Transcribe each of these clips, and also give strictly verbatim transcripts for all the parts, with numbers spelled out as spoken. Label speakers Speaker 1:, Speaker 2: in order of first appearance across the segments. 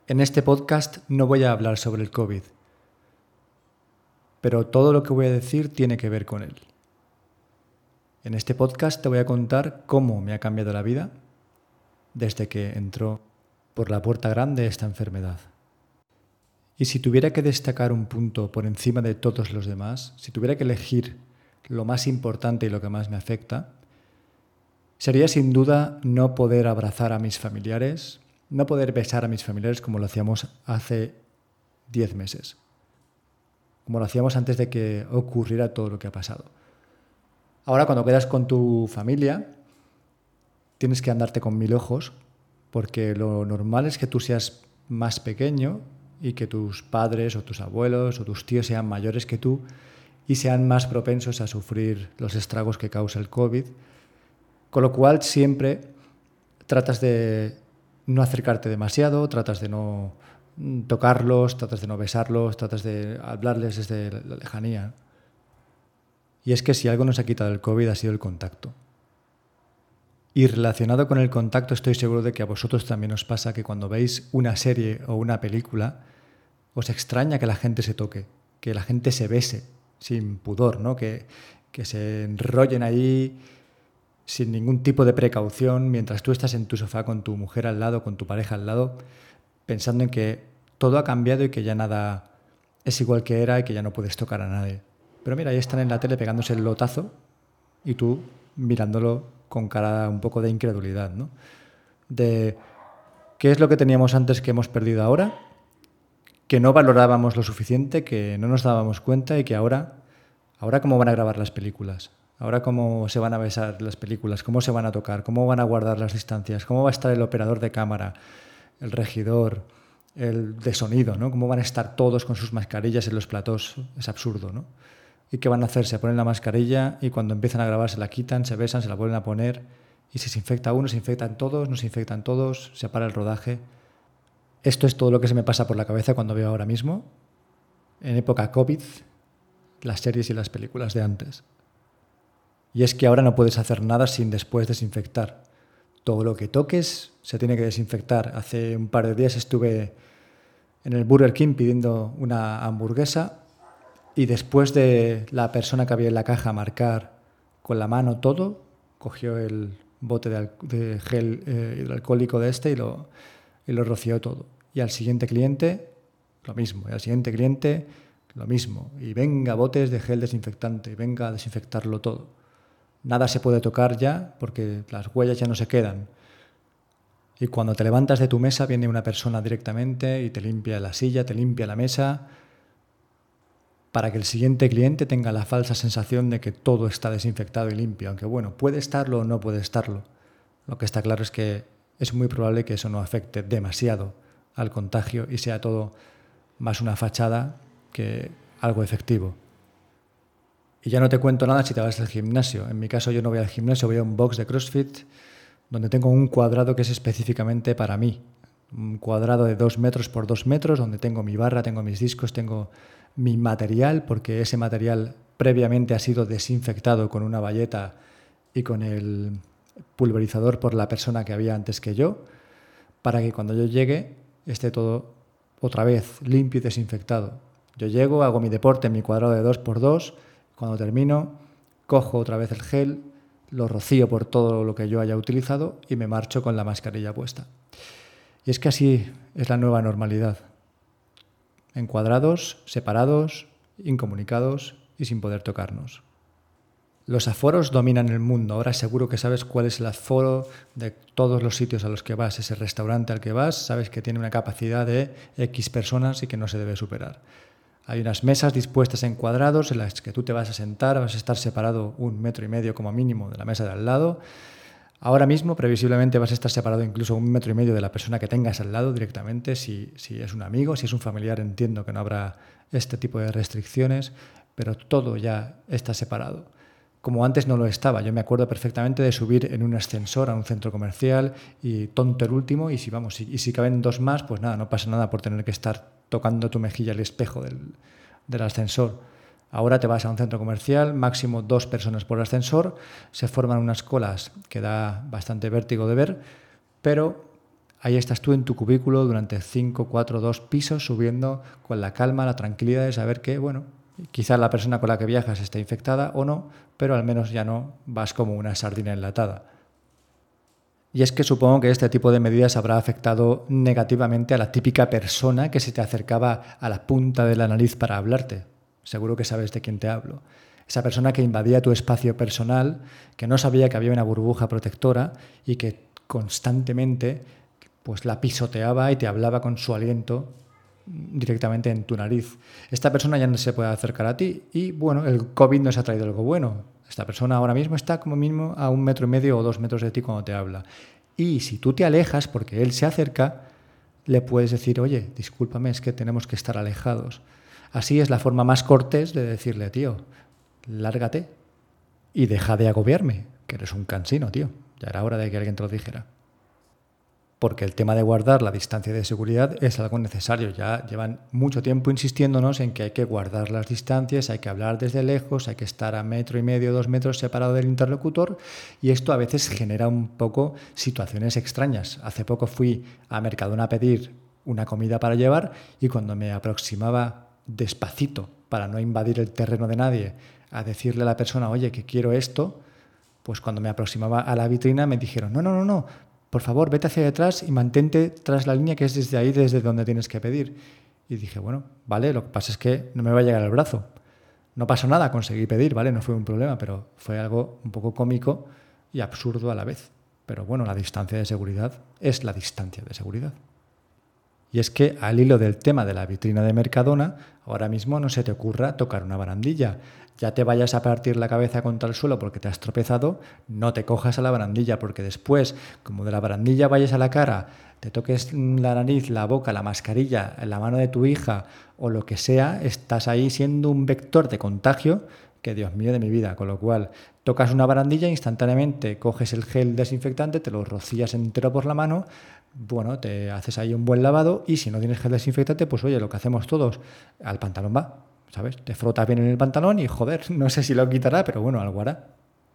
Speaker 1: En este podcast no voy a hablar sobre el COVID, pero todo lo que voy a decir tiene que ver con él. En este podcast te voy a contar cómo me ha cambiado la vida desde que entró por la puerta grande esta enfermedad. Y si tuviera que destacar un punto por encima de todos los demás, si tuviera que elegir lo más importante y lo que más me afecta, sería sin duda no poder abrazar a mis familiares, no poder besar a mis familiares como lo hacíamos hace diez meses, como lo hacíamos antes de que ocurriera todo lo que ha pasado. Ahora cuando quedas con tu familia, tienes que andarte con mil ojos, porque lo normal es que tú seas más pequeño y que tus padres o tus abuelos o tus tíos sean mayores que tú y sean más propensos a sufrir los estragos que causa el COVID, con lo cual siempre tratas de no acercarte demasiado, tratas de no tocarlos, tratas de no besarlos, tratas de hablarles desde la lejanía. Y es que si algo nos ha quitado el COVID ha sido el contacto. Y relacionado con el contacto, estoy seguro de que a vosotros también os pasa que cuando veis una serie o una película, os extraña que la gente se toque, que la gente se bese sin pudor, ¿no? Que, que se enrollen ahí sin ningún tipo de precaución mientras tú estás en tu sofá con tu mujer al lado, con tu pareja al lado, pensando en que todo ha cambiado y que ya nada es igual que era y que ya no puedes tocar a nadie. Pero mira, ahí están en la tele pegándose el lotazo y tú mirándolo con cara un poco de incredulidad, ¿no? De qué es lo que teníamos antes que hemos perdido ahora, que no valorábamos lo suficiente, que no nos dábamos cuenta y que ahora, ahora cómo van a grabar las películas, ahora cómo se van a besar las películas, cómo se van a tocar, cómo van a guardar las distancias, cómo va a estar el operador de cámara, el regidor, el de sonido, ¿no? Cómo van a estar todos con sus mascarillas en los platós, es absurdo, ¿no? ¿Y qué van a hacer? Se ponen la mascarilla y cuando empiezan a grabar se la quitan, se besan, se la vuelven a poner y si se infecta uno, se infectan todos, no se infectan todos, se para el rodaje. Esto es todo lo que se me pasa por la cabeza cuando veo ahora mismo, en época COVID, las series y las películas de antes. Y es que ahora no puedes hacer nada sin después desinfectar. Todo lo que toques se tiene que desinfectar. Hace un par de días estuve en el Burger King pidiendo una hamburguesa y después de la persona que había en la caja marcar con la mano todo, cogió el bote de, de gel eh, hidroalcohólico de este y lo, y lo roció todo. Y al siguiente cliente, lo mismo. Y al siguiente cliente, lo mismo. Y venga, botes de gel desinfectante, venga a desinfectarlo todo. Nada se puede tocar ya porque las huellas ya no se quedan. Y cuando te levantas de tu mesa viene una persona directamente y te limpia la silla, te limpia la mesa, para que el siguiente cliente tenga la falsa sensación de que todo está desinfectado y limpio, aunque bueno, puede estarlo o no puede estarlo. Lo que está claro es que es muy probable que eso no afecte demasiado al contagio y sea todo más una fachada que algo efectivo. Y ya no te cuento nada si te vas al gimnasio. En mi caso yo no voy al gimnasio, voy a un box de CrossFit donde tengo un cuadrado que es específicamente para mí. Un cuadrado de dos metros por dos metros donde tengo mi barra, tengo mis discos, tengo mi material, porque ese material previamente ha sido desinfectado con una bayeta y con el pulverizador por la persona que había antes que yo, para que cuando yo llegue esté todo otra vez limpio y desinfectado. Yo llego, hago mi deporte en mi cuadrado de dos por dos, cuando termino, cojo otra vez el gel, lo rocío por todo lo que yo haya utilizado y me marcho con la mascarilla puesta. Y es que así es la nueva normalidad. Encuadrados, separados, incomunicados y sin poder tocarnos. Los aforos dominan el mundo. Ahora seguro que sabes cuál es el aforo de todos los sitios a los que vas. Ese restaurante al que vas, sabes que tiene una capacidad de X personas y que no se debe superar. Hay unas mesas dispuestas en cuadrados en las que tú te vas a sentar, vas a estar separado un metro y medio como mínimo de la mesa de al lado. Ahora mismo, previsiblemente, vas a estar separado incluso un metro y medio de la persona que tengas al lado directamente. Si, si es un amigo, si es un familiar, entiendo que no habrá este tipo de restricciones, pero todo ya está separado. Como antes no lo estaba. Yo me acuerdo perfectamente de subir en un ascensor a un centro comercial y tonto el último, y si vamos, y, y si caben dos más, pues nada, no pasa nada por tener que estar tocando tu mejilla el espejo del, del ascensor. Ahora te vas a un centro comercial, máximo dos personas por ascensor, se forman unas colas que da bastante vértigo de ver, pero ahí estás tú en tu cubículo durante cinco, cuatro, dos pisos subiendo con la calma, la tranquilidad de saber que, bueno, quizás la persona con la que viajas está infectada o no, pero al menos ya no vas como una sardina enlatada. Y es que supongo que este tipo de medidas habrá afectado negativamente a la típica persona que se te acercaba a la punta de la nariz para hablarte. Seguro que sabes de quién te hablo. Esa persona que invadía tu espacio personal, que no sabía que había una burbuja protectora y que constantemente pues, la pisoteaba y te hablaba con su aliento directamente en tu nariz. Esta persona ya no se puede acercar a ti y, bueno, el COVID nos ha traído algo bueno. Esta persona ahora mismo está como mínimo a un metro y medio o dos metros de ti cuando te habla. Y si tú te alejas porque él se acerca, le puedes decir, oye, discúlpame, es que tenemos que estar alejados. Así es la forma más cortés de decirle, tío, lárgate y deja de agobiarme, que eres un cansino, tío. Ya era hora de que alguien te lo dijera. Porque el tema de guardar la distancia de seguridad es algo necesario. Ya llevan mucho tiempo insistiéndonos en que hay que guardar las distancias, hay que hablar desde lejos, hay que estar a metro y medio, dos metros separado del interlocutor, y esto a veces genera un poco situaciones extrañas. Hace poco fui a Mercadona a pedir una comida para llevar y cuando me aproximaba despacito para no invadir el terreno de nadie a decirle a la persona, oye, que quiero esto, pues cuando me aproximaba a la vitrina me dijeron, no, no, no, no, por favor, vete hacia detrás y mantente tras la línea que es desde ahí, desde donde tienes que pedir. Y dije, bueno, vale, lo que pasa es que no me va a llegar el brazo. No pasó nada, conseguí pedir, ¿vale? No fue un problema, pero fue algo un poco cómico y absurdo a la vez. Pero bueno, la distancia de seguridad es la distancia de seguridad. Y es que al hilo del tema de la vitrina de Mercadona, ahora mismo no se te ocurra tocar una barandilla. Ya te vayas a partir la cabeza contra el suelo porque te has tropezado, no te cojas a la barandilla, porque después, como de la barandilla vayas a la cara, te toques la nariz, la boca, la mascarilla, la mano de tu hija o lo que sea, estás ahí siendo un vector de contagio que, Dios mío de mi vida. Con lo cual, tocas una barandilla, instantáneamente coges el gel desinfectante, te lo rocías entero por la mano, bueno, te haces ahí un buen lavado y si no tienes gel desinfectante, pues oye, lo que hacemos todos, al pantalón va, ¿sabes? Te frotas bien en el pantalón y joder, no sé si lo quitará, pero bueno, algo hará.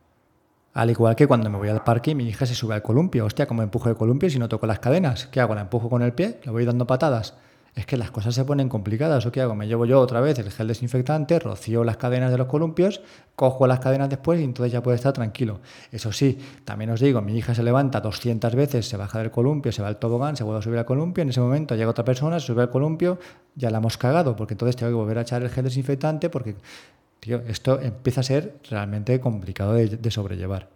Speaker 1: Al igual que cuando me voy al parque y mi hija se sube al columpio. Hostia, ¿cómo empujo el columpio si no toco las cadenas? ¿Qué hago? ¿La empujo con el pie? ¿Le voy dando patadas? Es que las cosas se ponen complicadas. ¿O qué hago? Me llevo yo otra vez el gel desinfectante, rocío las cadenas de los columpios, cojo las cadenas después y entonces ya puedo estar tranquilo. Eso sí, también os digo, mi hija se levanta doscientas veces, se baja del columpio, se va al tobogán, se vuelve a subir al columpio, en ese momento llega otra persona, se sube al columpio, ya la hemos cagado, porque entonces tengo que volver a echar el gel desinfectante porque, tío, esto empieza a ser realmente complicado de, de sobrellevar.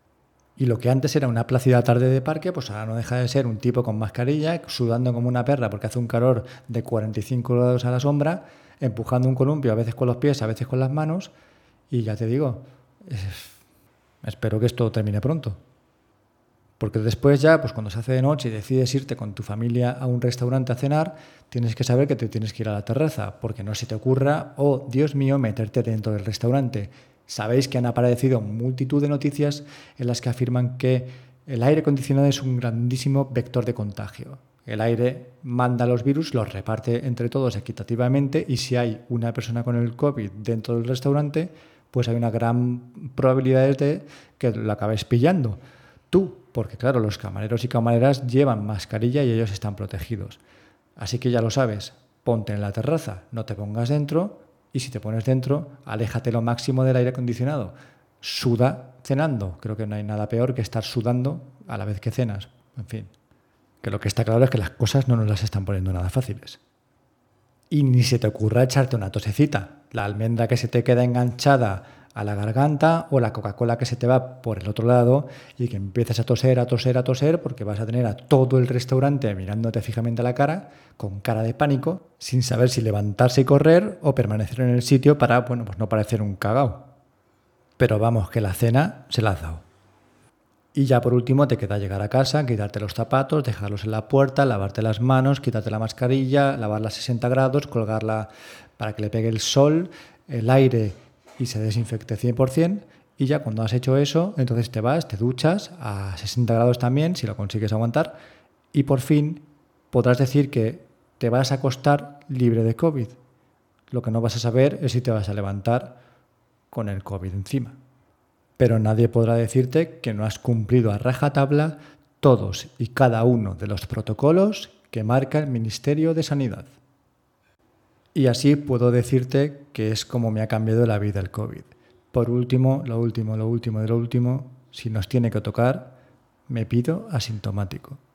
Speaker 1: Y lo que antes era una plácida tarde de parque, pues ahora no deja de ser un tipo con mascarilla, sudando como una perra porque hace un calor de cuarenta y cinco grados a la sombra, empujando un columpio, a veces con los pies, a veces con las manos, y ya te digo, eh, espero que esto termine pronto. Porque después ya, pues cuando se hace de noche y decides irte con tu familia a un restaurante a cenar, tienes que saber que te tienes que ir a la terraza, porque no se te ocurra, oh, Dios mío, meterte dentro del restaurante. Sabéis que han aparecido multitud de noticias en las que afirman que el aire acondicionado es un grandísimo vector de contagio. El aire manda los virus, los reparte entre todos equitativamente y si hay una persona con el COVID dentro del restaurante, pues hay una gran probabilidad de que lo acabes pillando. Tú, porque claro, los camareros y camareras llevan mascarilla y ellos están protegidos. Así que ya lo sabes, ponte en la terraza, no te pongas dentro. Y si te pones dentro, aléjate lo máximo del aire acondicionado. Suda cenando. Creo que no hay nada peor que estar sudando a la vez que cenas. En fin, que lo que está claro es que las cosas no nos las están poniendo nada fáciles. Y ni se te ocurra echarte una tosecita. La almendra que se te queda enganchada a la garganta o la Coca-Cola que se te va por el otro lado y que empiezas a toser, a toser, a toser porque vas a tener a todo el restaurante mirándote fijamente a la cara con cara de pánico sin saber si levantarse y correr o permanecer en el sitio para, bueno, pues no parecer un cagao. Pero vamos, que la cena se la has dado. Y ya por último te queda llegar a casa, quitarte los zapatos, dejarlos en la puerta, lavarte las manos, quitarte la mascarilla, lavarla a sesenta grados, colgarla para que le pegue el sol, el aire y se desinfecte cien por ciento y ya cuando has hecho eso, entonces te vas, te duchas a sesenta grados también, si lo consigues aguantar, y por fin podrás decir que te vas a acostar libre de COVID. Lo que no vas a saber es si te vas a levantar con el COVID encima. Pero nadie podrá decirte que no has cumplido a rajatabla todos y cada uno de los protocolos que marca el Ministerio de Sanidad. Y así puedo decirte que es como me ha cambiado la vida el COVID. Por último, lo último, lo último de lo último, si nos tiene que tocar, me pido asintomático.